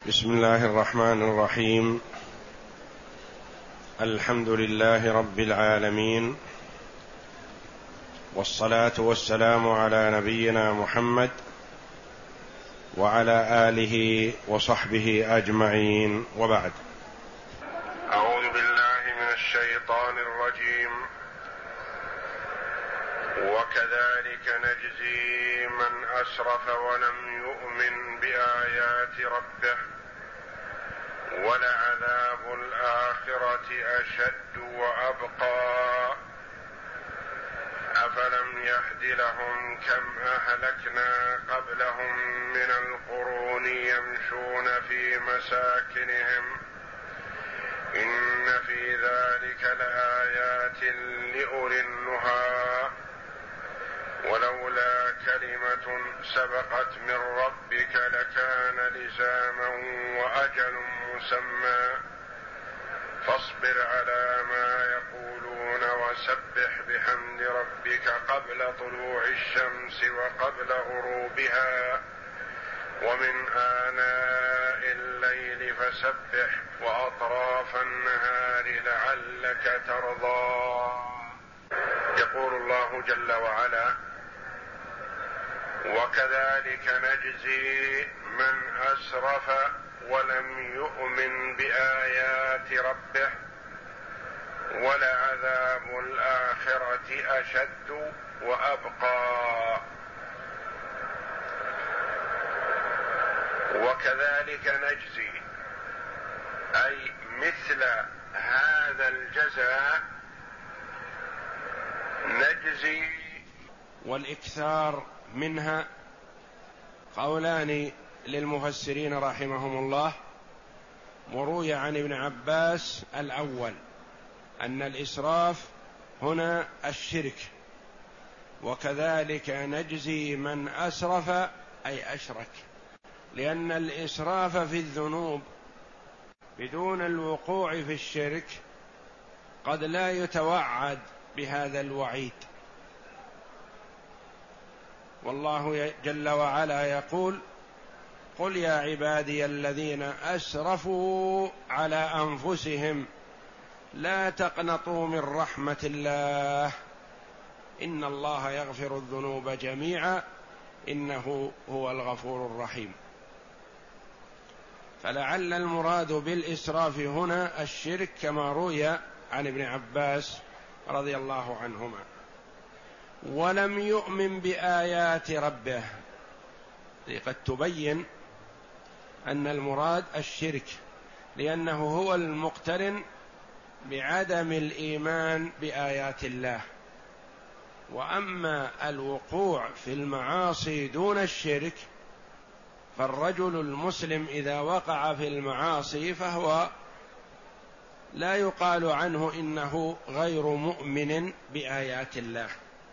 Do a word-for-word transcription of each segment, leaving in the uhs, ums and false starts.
بسم الله الرحمن الرحيم. الحمد لله رب العالمين، والصلاة والسلام على نبينا محمد وعلى آله وصحبه أجمعين، وبعد. أعوذ بالله من الشيطان الرجيم. وكذلك نجزي من أسرف ولم يؤمن بآيات ربه ولعذاب الآخرة أشد وأبقى. أفلم يهد لهم كم أهلكنا قبلهم من القرون يمشون في مساكنهم إن في ذلك لآيات لأولي النهى ولولا كلمة سبقت من ربك لكان لزاما وأجل مسمى فاصبر على ما يقولون وسبح بحمد ربك قبل طلوع الشمس وقبل غروبها ومن آناء الليل فسبح وأطراف النهار لعلك ترضى. يقول الله جل وعلا: وكذلك نجزي من أسرف ولم يؤمن بآيات ربه ولعذاب الآخرة أشد وأبقى. وكذلك نجزي أي مثل هذا الجزاء نجزي. والإكثار منها قولان للمفسرين رحمهم الله، وروي عن ابن عباس الأول أن الإسراف هنا الشرك، وكذلك نجزي من أسرف أي أشرك، لأن الإسراف في الذنوب بدون الوقوع في الشرك قد لا يتوعد بهذا الوعيد. والله جل وعلا يقول: قل يا عبادي الذين أسرفوا على أنفسهم لا تقنطوا من رحمة الله إن الله يغفر الذنوب جميعا إنه هو الغفور الرحيم. فلعل المراد بالإسراف هنا الشرك كما روي عن ابن عباس رضي الله عنهما. ولم يؤمن بآيات ربه، قد تبين أن المراد الشرك، لأنه هو المقترن بعدم الإيمان بآيات الله. وأما الوقوع في المعاصي دون الشرك فالرجل المسلم إذا وقع في المعاصي فهو لا يقال عنه إنه غير مؤمن بآيات الله.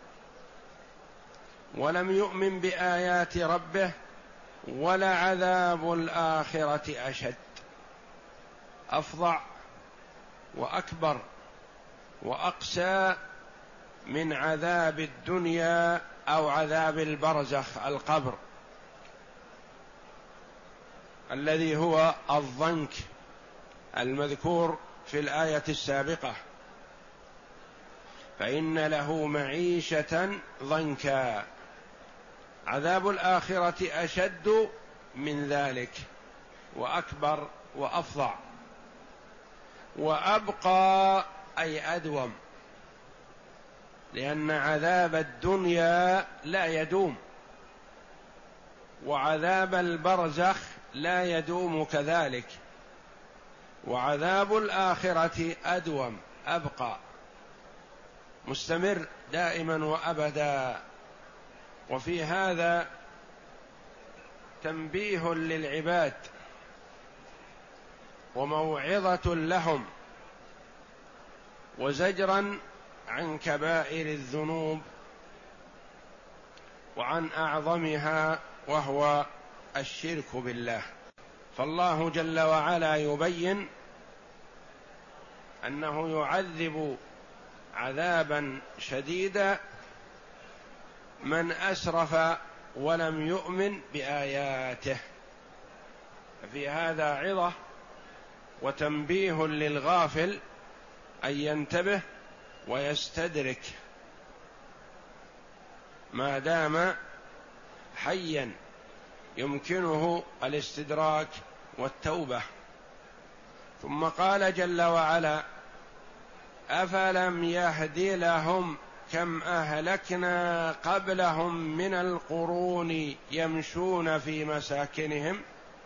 ولم يؤمن بآيات ربه ولعذاب الآخرة أشد، أفظع وأكبر وأقسى من عذاب الدنيا أو عذاب البرزخ القبر الذي هو الضنك المذكور في الآية السابقة: فإن له معيشة ضنكا. عذاب الآخرة أشد من ذلك وأكبر وأفظع. وأبقى أي أدوم، لأن عذاب الدنيا لا يدوم وعذاب البرزخ لا يدوم كذلك، وعذاب الآخرة أدوم أبقى مستمر دائما وأبدا. وفي هذا تنبيه للعباد وموعظة لهم وزجرا عن كبائر الذنوب وعن أعظمها وهو الشرك بالله. فالله جل وعلا يبين أنه يعذب عذابا شديدا من أسرف ولم يؤمن بآياته، في هذا عظة وتنبيه للغافل أن ينتبه ويستدرك ما دام حيا يمكنه الاستدراك والتوبة. ثم قال جل وعلا: أفلم يهد لهم كم أهلكنا قبلهم من القرون يمشون في مساكنهم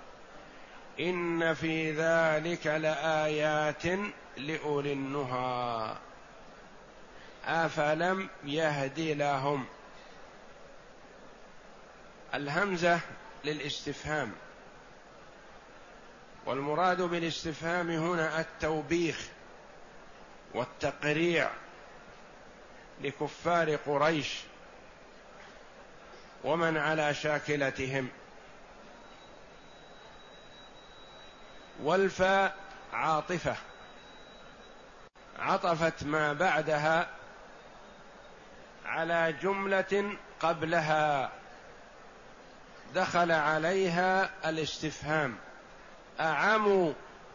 إن في ذلك لآيات لأولي النهى. أفلم يهد لهم، الهمزة للاستفهام، والمراد بالاستفهام هنا التوبيخ والتقريع لكفار قريش ومن على شاكلتهم. والفاء عاطفة عطفت ما بعدها على جملة قبلها دخل عليها الاستفهام. أعموا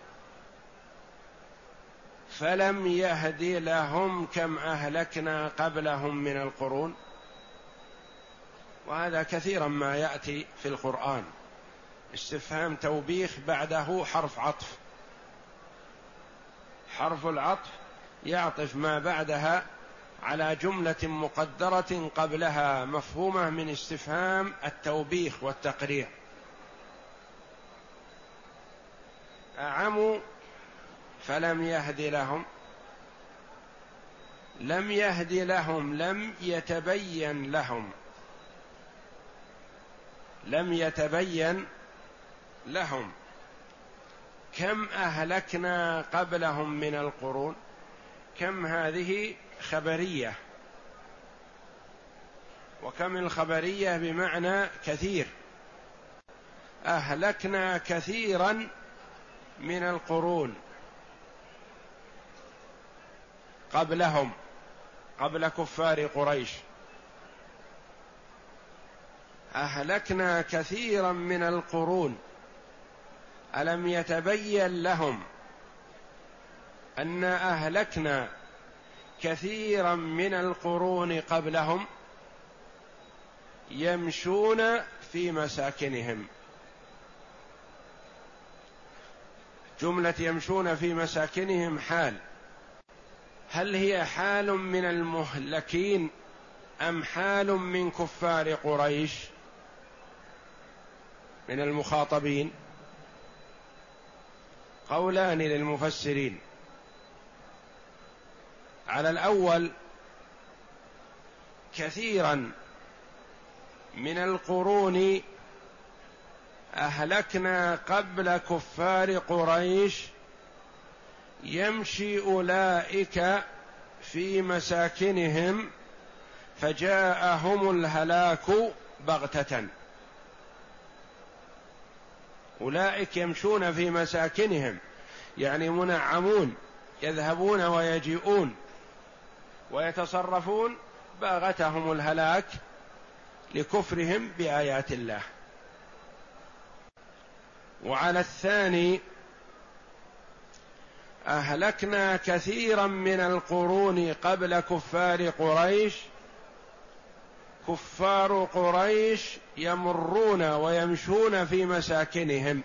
فلم يهد لهم كم أهلكنا قبلهم من القرون. وهذا كثيرا ما يأتي في القرآن، استفهام توبيخ بعده حرف عطف، حرف العطف يعطف ما بعدها على جملة مقدرة قبلها مفهومة من استفهام التوبيخ والتقريع. أعموا فلم يهد لهم، لم يهد لهم لم يتبين لهم، لم يتبين لهم كم أهلكنا قبلهم من القرون. كم هذه خبرية، وكم الخبرية بمعنى كثير. أهلكنا كثيرا من القرون قبلهم، قبل كفار قريش. أهلكنا كثيرا من القرون، ألم يتبين لهم أن أهلكنا كثيرا من القرون قبلهم يمشون في مساكنهم. جملة يمشون في مساكنهم حال، هل هي حال من المهلكين أم حال من كفار قريش من المخاطبين؟ قولان للمفسرين. على الأول كثيرا من القرون أهلكنا قبل كفار قريش يمشي أولئك في مساكنهم فجاءهم الهلاك بغتة. أولئك يمشون في مساكنهم يعني منعمون، يذهبون ويجيئون ويتصرفون، باغتهم الهلاك لكفرهم بآيات الله. وعلى الثاني أهلكنا كثيرا من القرون قبل كفار قريش، كفار قريش يمرون ويمشون في مساكنهم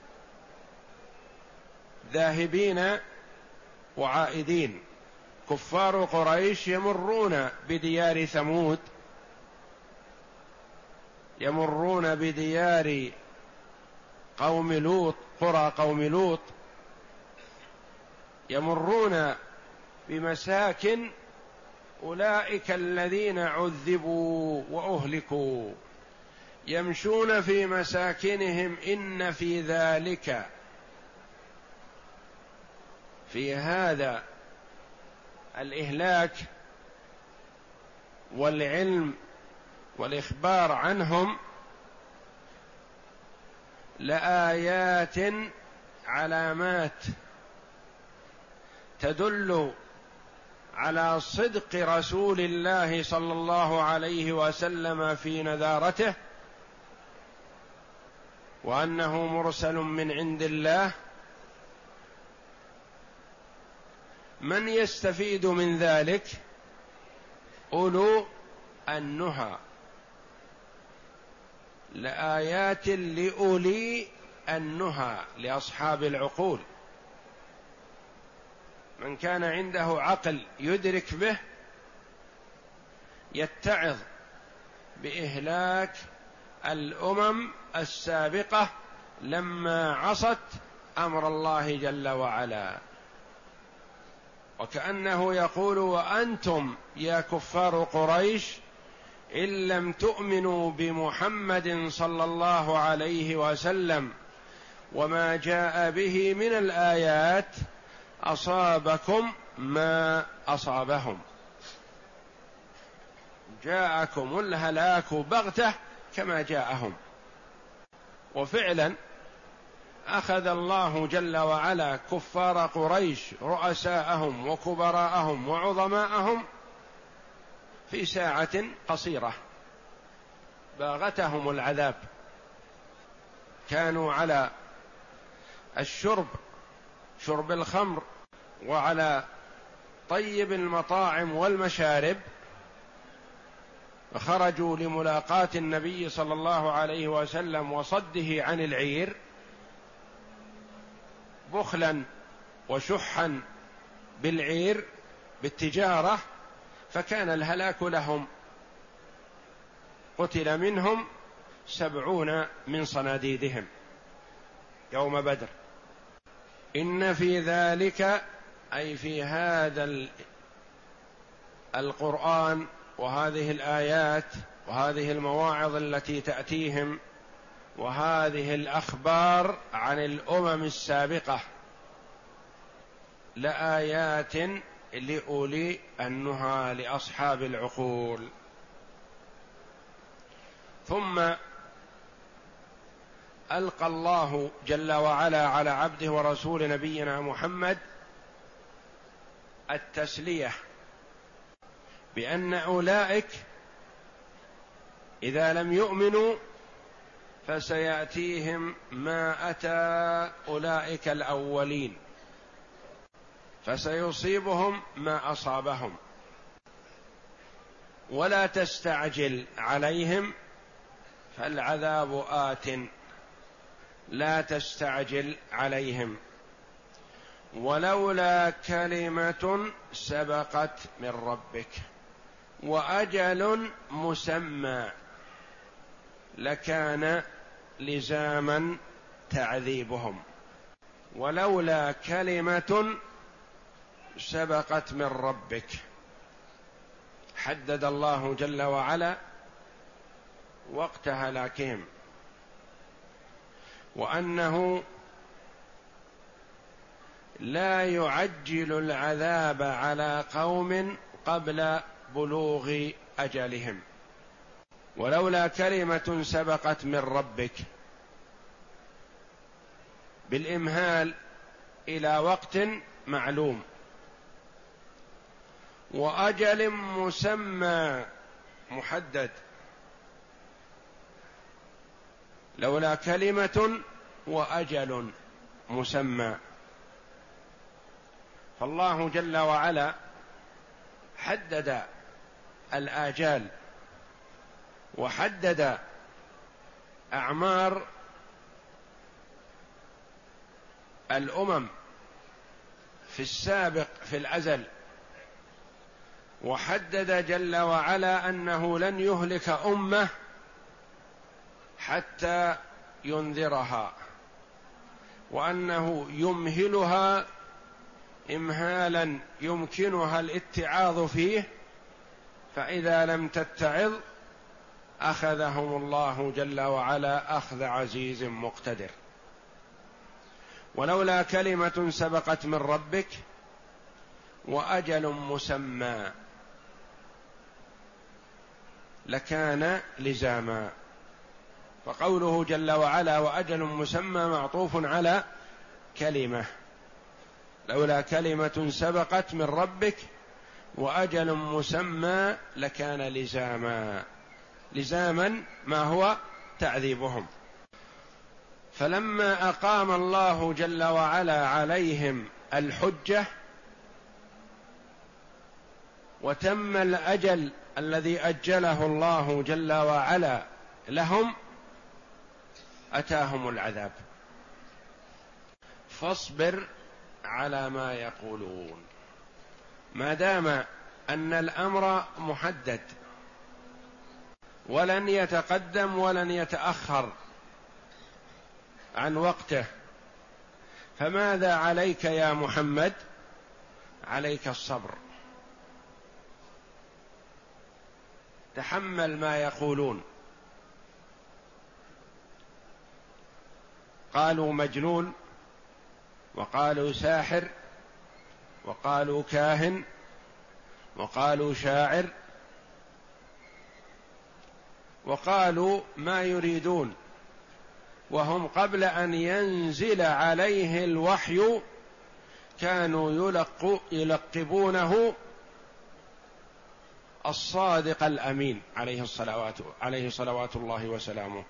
ذاهبين وعائدين. كفار قريش يمرون بديار ثمود، يمرون بديار قوم لوط، قرى قوم لوط، يمرون بمساكن أولئك الذين عذبوا وأهلكوا، يمشون في مساكنهم إن في ذلك، في هذا الإهلاك والعلم والإخبار عنهم لآيات، علامات تدل على صدق رسول الله صلى الله عليه وسلم في نذارته وأنه مرسل من عند الله، من يستفيد من ذلك؟ أولو النهى، لآيات لأولي النهى، لأصحاب العقول. من كان عنده عقل يدرك به يتعظ بإهلاك الأمم السابقة لما عصت أمر الله جل وعلا. وكأنه يقول: وأنتم يا كفار قريش إن لم تؤمنوا بمحمد صلى الله عليه وسلم وما جاء به من الآيات أصابكم ما أصابهم، جاءكم الهلاك بغتة كما جاءهم. وفعلا أخذ الله جل وعلا كفار قريش رؤساءهم وكبراءهم وعظماءهم في ساعة قصيرة، باغتهم العذاب. كانوا على الشرب، شرب الخمر، وعلى طيب المطاعم والمشارب، فخرجوا لملاقاة النبي صلى الله عليه وسلم وصده عن العير بخلا وشحا بالعير بالتجارة، فكان الهلاك لهم. قتل منهم سبعون من صناديدهم يوم بدر. إن في ذلك، أي في هذا القرآن وهذه الآيات وهذه المواعظ التي تأتيهم وهذه الأخبار عن الأمم السابقة، لآيات لأولي النهى، لأصحاب العقول. ثم ألقى الله جل وعلا على عبده ورسول نبينا محمد التسلية بأن أولئك إذا لم يؤمنوا فسيأتيهم ما أتى أولئك الأولين، فسيصيبهم ما أصابهم، ولا تستعجل عليهم فالعذاب آت، لا تستعجل عليهم. ولولا كلمة سبقت من ربك وأجل مسمى لكان لزاما تعذيبهم. ولولا كلمة سبقت من ربك، حدد الله جل وعلا وقت هلاكهم، وأنه لا يعجل العذاب على قوم قبل بلوغ أجلهم. ولولا كلمة سبقت من ربك بالإمهال إلى وقت معلوم، وأجل مسمى محدد. لولا كلمة وأجل مسمى، فالله جل وعلا حدد الآجال وحدد أعمار الأمم في السابق في الأزل، وحدد جل وعلا أنه لن يهلك أمة حتى ينذرها، وأنه يمهلها إمهالا يمكنها الاتعاظ فيه، فإذا لم تتعظ أخذهم الله جل وعلا أخذ عزيز مقتدر. ولولا كلمة سبقت من ربك وأجل مسمى لكان لزاما. فقوله جل وعلا وأجل مسمى معطوف على كلمة، لولا كلمة سبقت من ربك وأجل مسمى لكان لزاما. لزاما ما هو؟ تعذيبهم. فلما أقام الله جل وعلا عليهم الحجة وتم الأجل الذي أجله الله جل وعلا لهم أتاهم العذاب. فاصبر على ما يقولون، ما دام أن الأمر محدد ولن يتقدم ولن يتأخر عن وقته، فماذا عليك يا محمد؟ عليك الصبر، تحمل ما يقولون. قالوا مجنون، وقالوا ساحر، وقالوا كاهن، وقالوا شاعر، وقالوا ما يريدون، وهم قبل أن ينزل عليه الوحي كانوا يلق يلقبونه الصادق الأمين عليه الصلوات عليه صلوات الله وسلامه.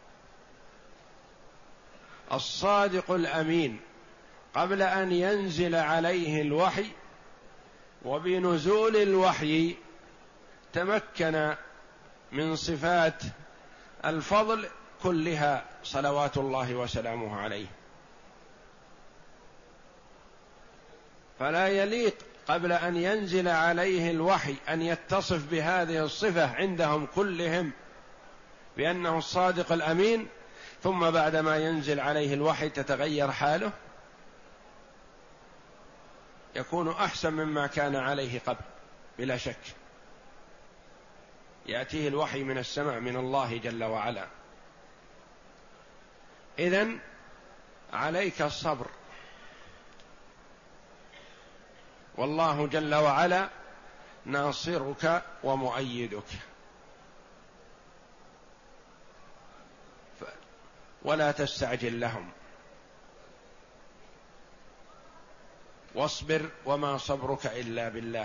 الصادق الأمين قبل أن ينزل عليه الوحي، وبنزول الوحي تمكن من صفات الفضل كلها صلوات الله وسلامه عليه. فلا يليق قبل أن ينزل عليه الوحي أن يتصف بهذه الصفة عندهم كلهم بأنه الصادق الأمين، ثم بعدما ينزل عليه الوحي تتغير حاله، يكون أحسن مما كان عليه قبل بلا شك. يأتيه الوحي من السماء من الله جل وعلا. إذن عليك الصبر، والله جل وعلا ناصرك ومؤيدك، ولا تستعجل لهم، واصبر وما صبرك إلا بالله.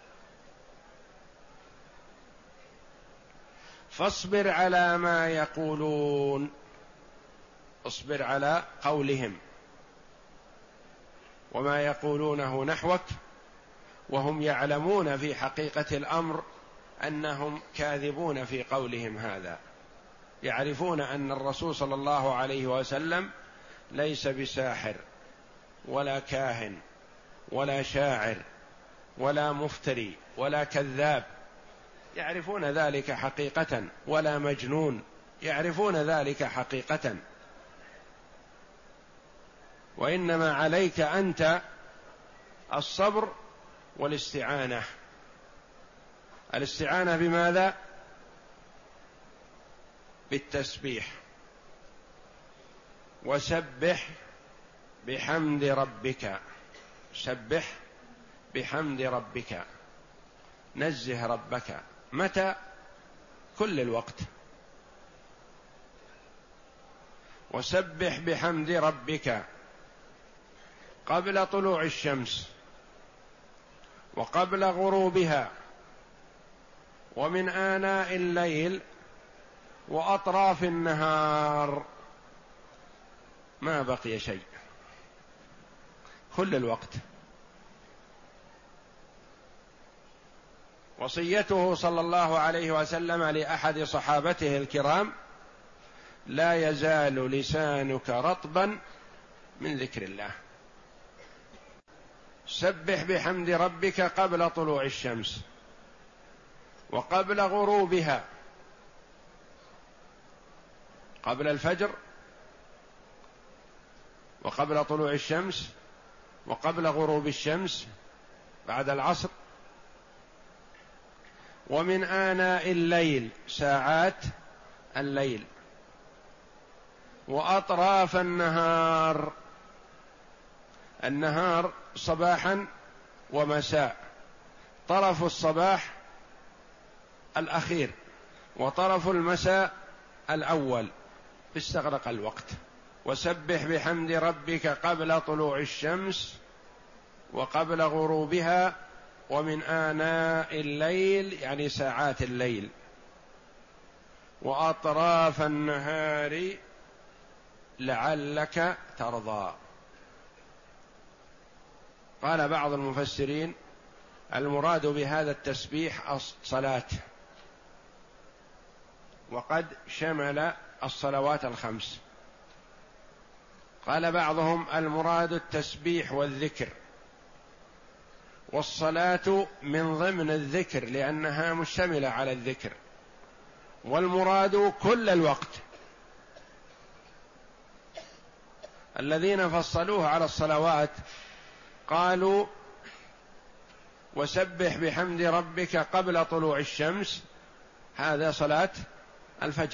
فاصبر على ما يقولون، اصبر على قولهم وما يقولونه نحوك، وهم يعلمون في حقيقة الأمر أنهم كاذبون في قولهم هذا. يعرفون أن الرسول صلى الله عليه وسلم ليس بساحر ولا كاهن ولا شاعر ولا مفتري ولا كذاب، يعرفون ذلك حقيقة، ولا مجنون، يعرفون ذلك حقيقة. وإنما عليك أنت الصبر والاستعانة. الاستعانة بماذا؟ بالتسبيح، وسبح بحمد ربك، سبح بحمد ربك، نزه ربك. متى؟ كل الوقت. وسبح بحمد ربك قبل طلوع الشمس وقبل غروبها ومن آناء الليل وأطراف النهار، ما بقي شيء، كل الوقت. وصيته صلى الله عليه وسلم لأحد صحابته الكرام: لا يزال لسانك رطبا من ذكر الله. سبح بحمد ربك قبل طلوع الشمس وقبل غروبها، قبل الفجر وقبل طلوع الشمس وقبل غروب الشمس بعد العصر، ومن آناء الليل ساعات الليل، وأطراف النهار، النهار صباحا ومساء، طرف الصباح الأخير وطرف المساء الأول، استغرق الوقت. وسبح بحمد ربك قبل طلوع الشمس وقبل غروبها ومن آناء الليل، يعني ساعات الليل، وأطراف النهار، لعلك ترضى. قال بعض المفسرين المراد بهذا التسبيح الصلاة، وقد شمل الصلوات الخمس. قال بعضهم المراد التسبيح والذكر، والصلاة من ضمن الذكر لأنها مشتملة على الذكر، والمراد كل الوقت. الذين فصلوه على الصلوات قالوا وسبح بحمد ربك قبل طلوع الشمس، هذا صلاة الفجر،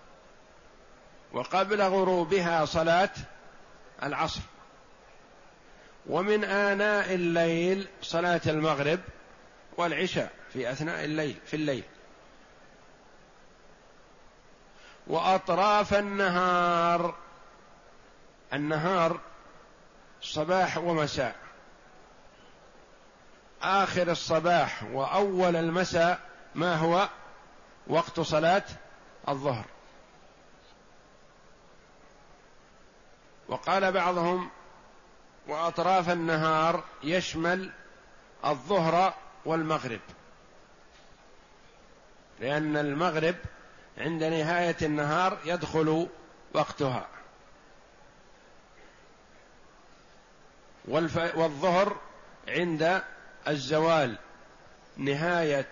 وقبل غروبها صلاة العصر، ومن آناء الليل صلاة المغرب والعشاء في أثناء الليل في الليل، وأطراف النهار، النهار صباح ومساء، آخر الصباح وأول المساء ما هو وقت صلاة الظهر. وقال بعضهم وأطراف النهار يشمل الظهر والمغرب، لأن المغرب عند نهاية النهار يدخل وقتها، والظهر عند الزوال نهاية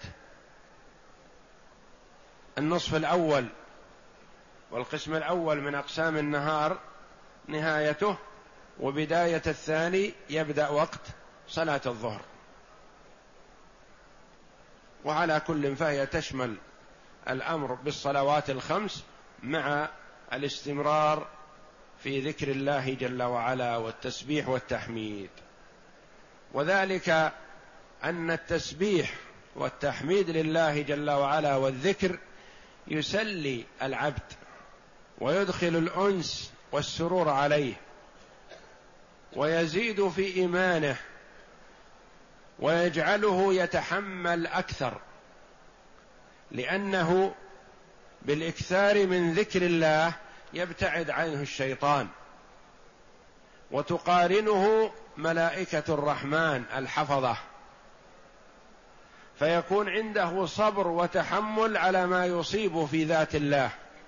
النصف الأول، والقسم الأول من أقسام النهار نهايته، وبداية الثاني يبدأ وقت صلاة الظهر. وعلى كل فهي تشمل الأمر بالصلوات الخمس مع الاستمرار في ذكر الله جل وعلا والتسبيح والتحميد. وذلك أن التسبيح والتحميد لله جل وعلا والذكر يسلي العبد ويدخل الأنس والسرور عليه، ويزيد في إيمانه، ويجعله يتحمل أكثر، لأنه بالإكثار من ذكر الله يبتعد عنه الشيطان، وتقارنه ملائكة الرحمن الحفظة، فيكون عنده صبر وتحمل على ما يصيب في ذات الله.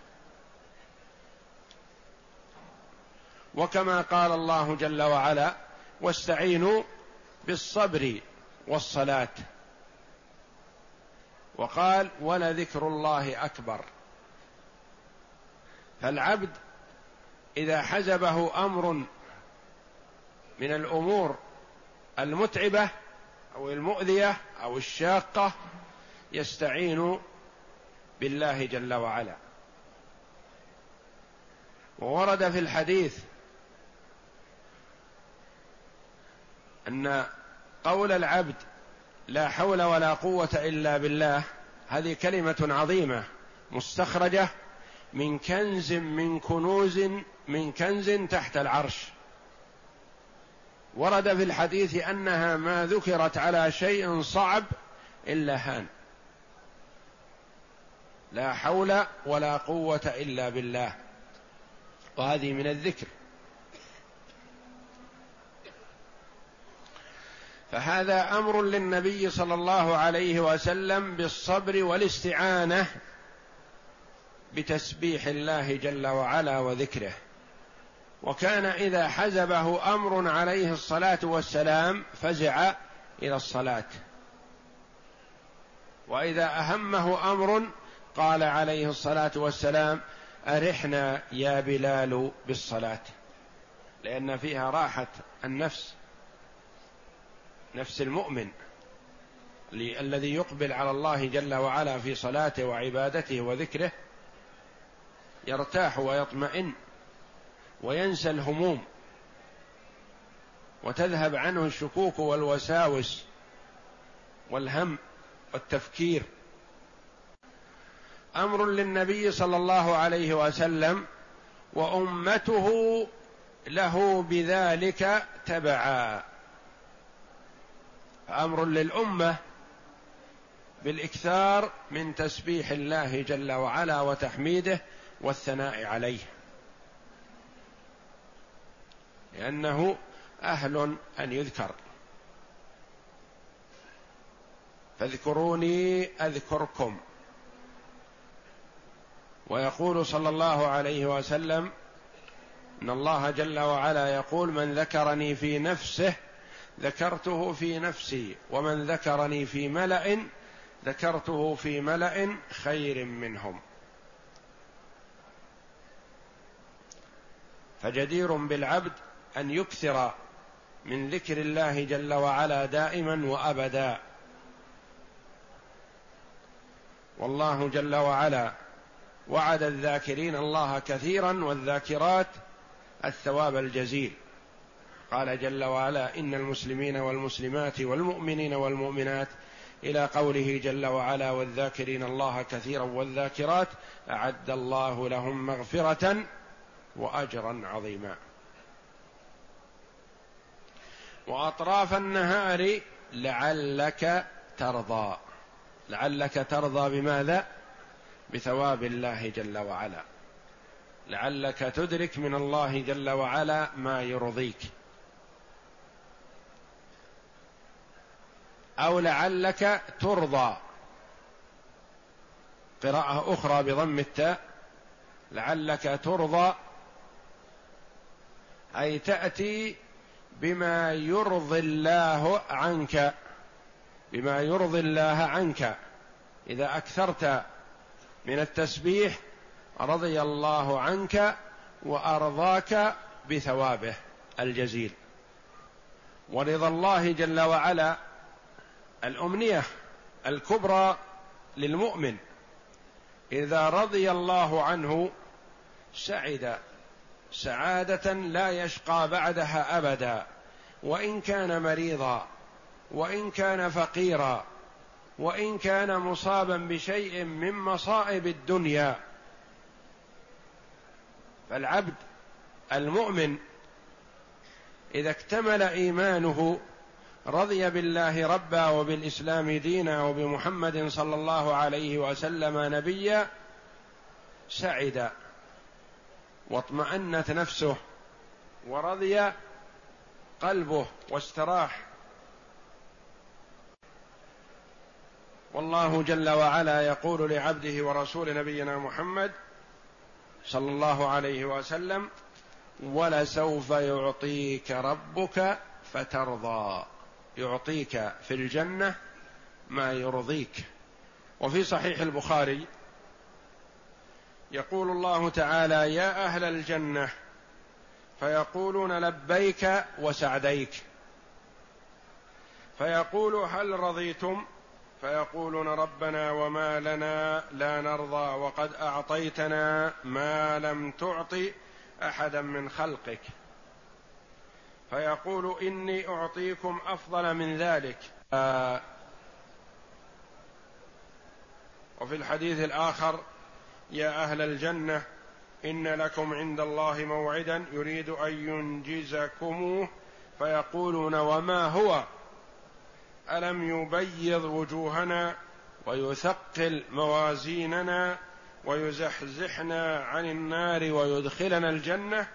وكما قال الله جل وعلا واستعينوا بالصبر والصلاة، وقال ولذكر الله أكبر. فالعبد إذا حزبه أمر من الأمور المتعبة أو المؤذية أو الشاقة يستعين بالله جل وعلا. وورد في الحديث أن قول العبد لا حول ولا قوة إلا بالله هذه كلمة عظيمة مستخرجة من كنز من كنوز من كنز تحت العرش. ورد في الحديث أنها ما ذكرت على شيء صعب إلا هان، لا حول ولا قوة إلا بالله، وهذه من الذكر. فهذا أمر للنبي صلى الله عليه وسلم بالصبر والاستعانة بتسبيح الله جل وعلا وذكره. وكان إذا حزبه أمر عليه الصلاة والسلام فزع إلى الصلاة، وإذا أهمه أمر قال عليه الصلاة والسلام أرحنا يا بلال بالصلاة، لأن فيها راحة النفس، نفس المؤمن الذي يقبل على الله جل وعلا في صلاته وعبادته وذكره يرتاح ويطمئن وينسى الهموم وتذهب عنه الشكوك والوساوس والهم والتفكير. أمر للنبي صلى الله عليه وسلم وأمته له بذلك تبعا، أمر للأمة بالإكثار من تسبيح الله جل وعلا وتحميده والثناء عليه. لأنه أهل أن يذكر. فاذكروني أذكركم. ويقول صلى الله عليه وسلم إن الله جل وعلا يقول: من ذكرني في نفسه ذكرته في نفسي، ومن ذكرني في ملأ ذكرته في ملأ خير منهم. فجدير بالعبد أن يكثر من ذكر الله جل وعلا دائما وأبدا. والله جل وعلا وعد الذاكرين الله كثيرا والذاكرات الثواب الجزيل. قال جل وعلا: إن المسلمين والمسلمات والمؤمنين والمؤمنات، إلى قوله جل وعلا: والذاكرين الله كثيرا والذاكرات أعد الله لهم مغفرة وأجرا عظيما. وأطراف النهار لعلك ترضى. لعلك ترضى بماذا؟ بثواب الله جل وعلا، لعلك تدرك من الله جل وعلا ما يرضيك، أو لعلك ترضى. قراءة أخرى بضم التاء: لعلك ترضى، أي تأتي بما يرضي الله عنك، بما يرضي الله عنك. إذا أكثرت من التسبيح رضي الله عنك وأرضاك بثوابه الجزيل. ورضا الله جل وعلا الأمنية الكبرى للمؤمن، إذا رضي الله عنه سعد سعادة لا يشقى بعدها أبدا، وإن كان مريضا، وإن كان فقيرا، وإن كان مصابا بشيء من مصائب الدنيا. فالعبد المؤمن إذا اكتمل إيمانه رضي بالله ربا وبالإسلام دينا وبمحمد صلى الله عليه وسلم نبيا، سعد واطمأنت نفسه ورضي قلبه واستراح. والله جل وعلا يقول لعبده ورسول نبينا محمد صلى الله عليه وسلم: ولسوف يعطيك ربك فترضى. يعطيك في الجنة ما يرضيك. وفي صحيح البخاري يقول الله تعالى: يا أهل الجنة، فيقولون لبيك وسعديك، فيقول: هل رضيتم؟ فيقولون: ربنا وما لنا لا نرضى وقد أعطيتنا ما لم تعط أحدا من خلقك. فيقول: إني أعطيكم أفضل من ذلك. آه وفي الحديث الآخر: يا أهل الجنة، إن لكم عند الله موعدا يريد أن ينجزكموه. فيقولون: وما هو؟ ألم يبيض وجوهنا ويثقل موازيننا ويزحزحنا عن النار ويدخلنا الجنة؟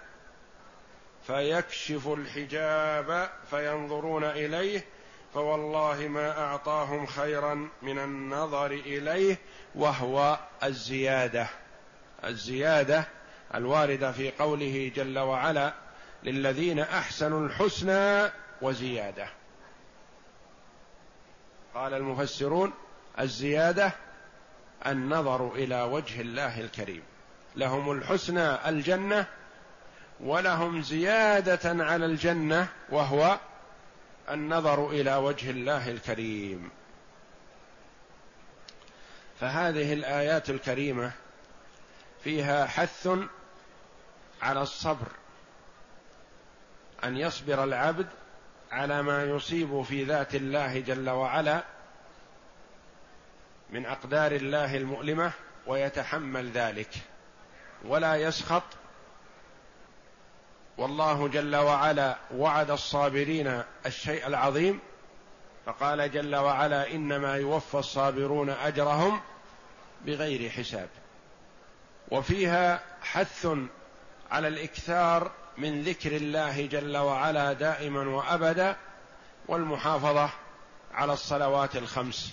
فيكشف الحجاب فينظرون إليه، فوالله ما أعطاهم خيرا من النظر إليه، وهو الزيادة. الزيادة الواردة في قوله جل وعلا: للذين أحسنوا الحسنى وزيادة. قال المفسرون: الزيادة النظر إلى وجه الله الكريم. لهم الحسنى الجنة، ولهم زيادة على الجنة وهو النظر إلى وجه الله الكريم. فهذه الآيات الكريمة فيها حث على الصبر، أن يصبر العبد على ما يصيب في ذات الله جل وعلا من أقدار الله المؤلمة، ويتحمل ذلك ولا يسخط. والله جل وعلا وعد الصابرين الشيء العظيم، فقال جل وعلا: إنما يوفى الصابرون أجرهم بغير حساب. وفيها حث على الإكثار من ذكر الله جل وعلا دائما وأبدا، والمحافظة على الصلوات الخمس.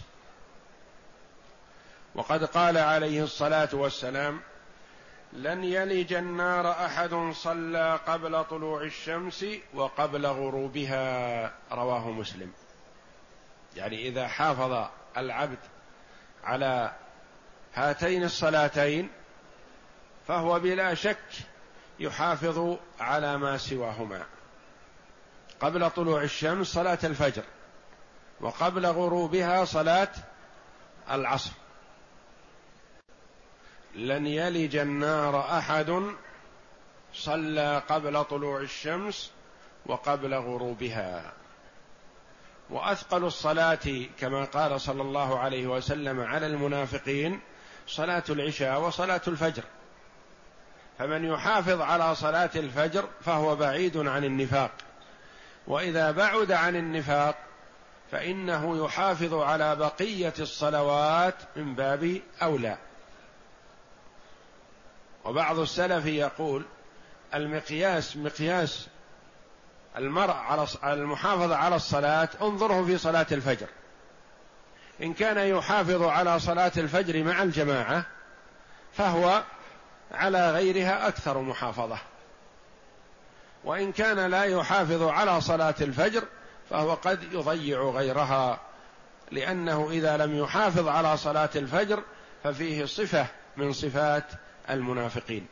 وقد قال عليه الصلاة والسلام: لن يلج النار أحد صلى قبل طلوع الشمس وقبل غروبها، رواه مسلم. يعني إذا حافظ العبد على هاتين الصلاتين فهو بلا شك يحافظ على ما سواهما. قبل طلوع الشمس صلاة الفجر، وقبل غروبها صلاة العصر. لن يلج النار أحد صلى قبل طلوع الشمس وقبل غروبها. وأثقل الصلاة كما قال صلى الله عليه وسلم على المنافقين صلاة العشاء وصلاة الفجر، فمن يحافظ على صلاة الفجر فهو بعيد عن النفاق، وإذا بعد عن النفاق فإنه يحافظ على بقية الصلوات من باب أولى. وبعض السلف يقول: المقياس مقياس المرء على المحافظة على الصلاة انظره في صلاة الفجر، إن كان يحافظ على صلاة الفجر مع الجماعة فهو على غيرها أكثر محافظة، وإن كان لا يحافظ على صلاة الفجر فهو قد يضيع غيرها، لأنه إذا لم يحافظ على صلاة الفجر ففيه صفة من صفات المنافقين.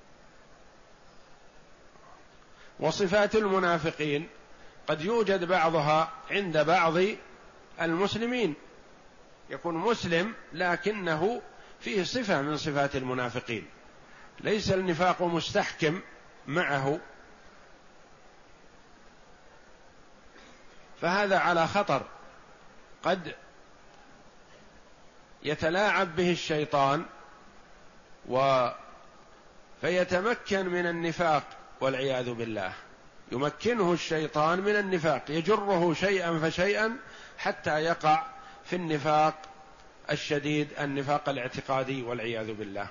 وصفات المنافقين قد يوجد بعضها عند بعض المسلمين، يكون مسلم لكنه فيه صفة من صفات المنافقين، ليس النفاق مستحكم معه، فهذا على خطر، قد يتلاعب به الشيطان و فيتمكن من النفاق والعياذ بالله، يمكنه الشيطان من النفاق، يجره شيئا فشيئا حتى يقع في النفاق الشديد، النفاق الاعتقادي والعياذ بالله.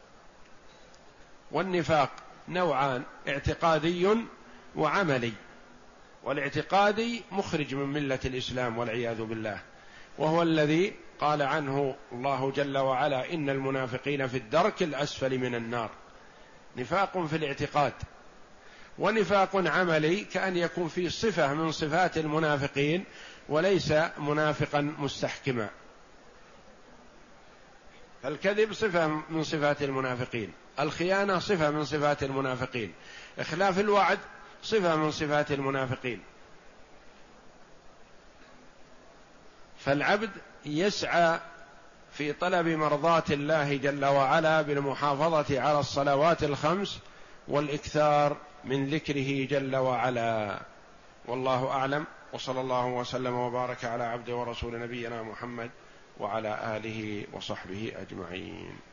والنفاق نوعان: اعتقادي وعملي. والاعتقادي مخرج من ملة الإسلام والعياذ بالله، وهو الذي قال عنه الله جل وعلا: إن المنافقين في الدرك الأسفل من النار. نفاق في الاعتقاد. ونفاق عملي كأن يكون فيه صفة من صفات المنافقين وليس منافقا مستحكما. فالكذب صفة من صفات المنافقين، الخيانة صفة من صفات المنافقين، إخلاف الوعد صفة من صفات المنافقين. فالعبد يسعى في طلب مرضاة الله جل وعلا بالمحافظة على الصلوات الخمس والإكثار من ذكره جل وعلا. والله أعلم، وصلى الله وسلم وبارك على عبده ورسول نبينا محمد وعلى آله وصحبه أجمعين.